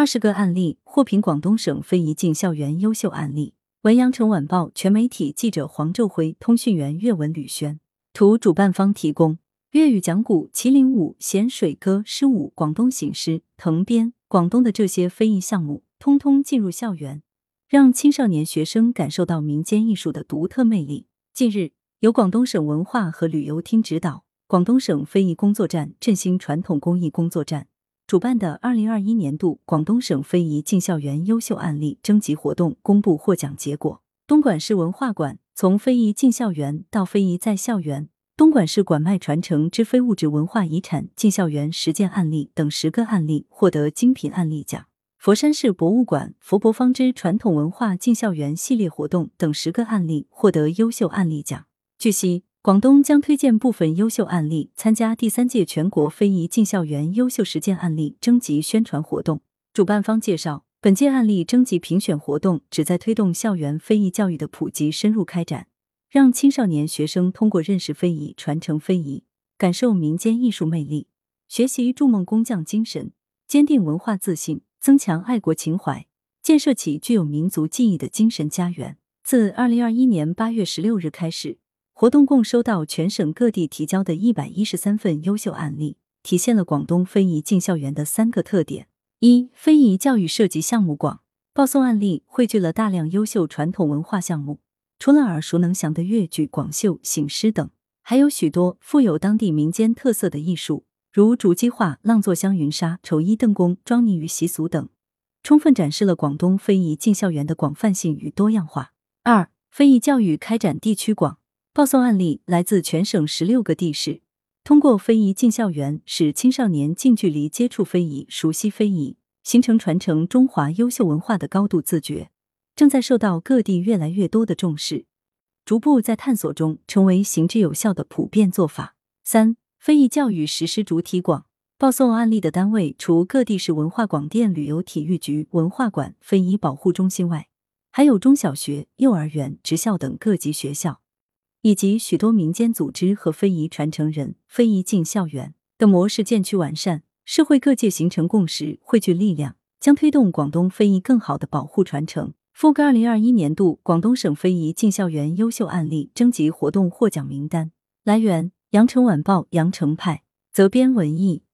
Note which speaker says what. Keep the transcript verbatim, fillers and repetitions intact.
Speaker 1: 二十个案例获评广东省非遗进校园优秀案例。文阳城晚报全媒体记者黄昼辉，通讯员岳文吕轩。图主办方提供。粤语讲古、麒麟舞、咸水歌、诗舞、广东醒狮、藤编，广东的这些非遗项目通通进入校园，让青少年学生感受到民间艺术的独特魅力。近日，由广东省文化和旅游厅指导，广东省非遗工作站振兴传统工艺工作站主办的二零二一年度广东省非遗进校园优秀案例征集活动公布获奖结果。东莞市文化馆从非遗进校园到非遗在校园，东莞市馆脉传承之非物质文化遗产进校园实践案例等十个案例获得精品案例奖。佛山市博物馆佛博方之传统文化进校园系列活动等十个案例获得优秀案例奖。据悉，广东将推荐部分优秀案例参加第三届全国非遗进校园优秀实践案例征集宣传活动。主办方介绍，本届案例征集评选活动旨在推动校园非遗教育的普及深入开展，让青少年学生通过认识非遗、传承非遗，感受民间艺术魅力，学习筑梦工匠精神，坚定文化自信，增强爱国情怀，建设起具有民族记忆的精神家园。自二零二一年八月十六日开始，活动共收到全省各地提交的一百一十三份优秀案例，体现了广东非遗进校园的三个特点。一、非遗教育涉及项目广，报送案例汇聚了大量优秀传统文化项目，除了耳熟能详的粤剧、广绣、醒狮等，还有许多富有当地民间特色的艺术，如竹鸡画、浪作香云纱、丑衣邓公、庄泥鱼习俗等，充分展示了广东非遗进校园的广泛性与多样化。二、非遗教育开展地区广，报送案例来自全省十六个地市，通过非遗进校园，使青少年近距离接触非遗，熟悉非遗，形成传承中华优秀文化的高度自觉，正在受到各地越来越多的重视，逐步在探索中成为行之有效的普遍做法。三、非遗教育实施主体广，报送案例的单位除各地市文化广电旅游体育局、文化馆、非遗保护中心外，还有中小学、幼儿园、职校等各级学校，以及许多民间组织和非遗传承人。非遗进校园的模式渐趋完善，社会各界形成共识，汇聚力量，将推动广东非遗更好的保护传承。复个二零二一年度广东省非遗进校园优秀案例征集活动获奖名单。来源：羊城晚报羊城派，责编文艺。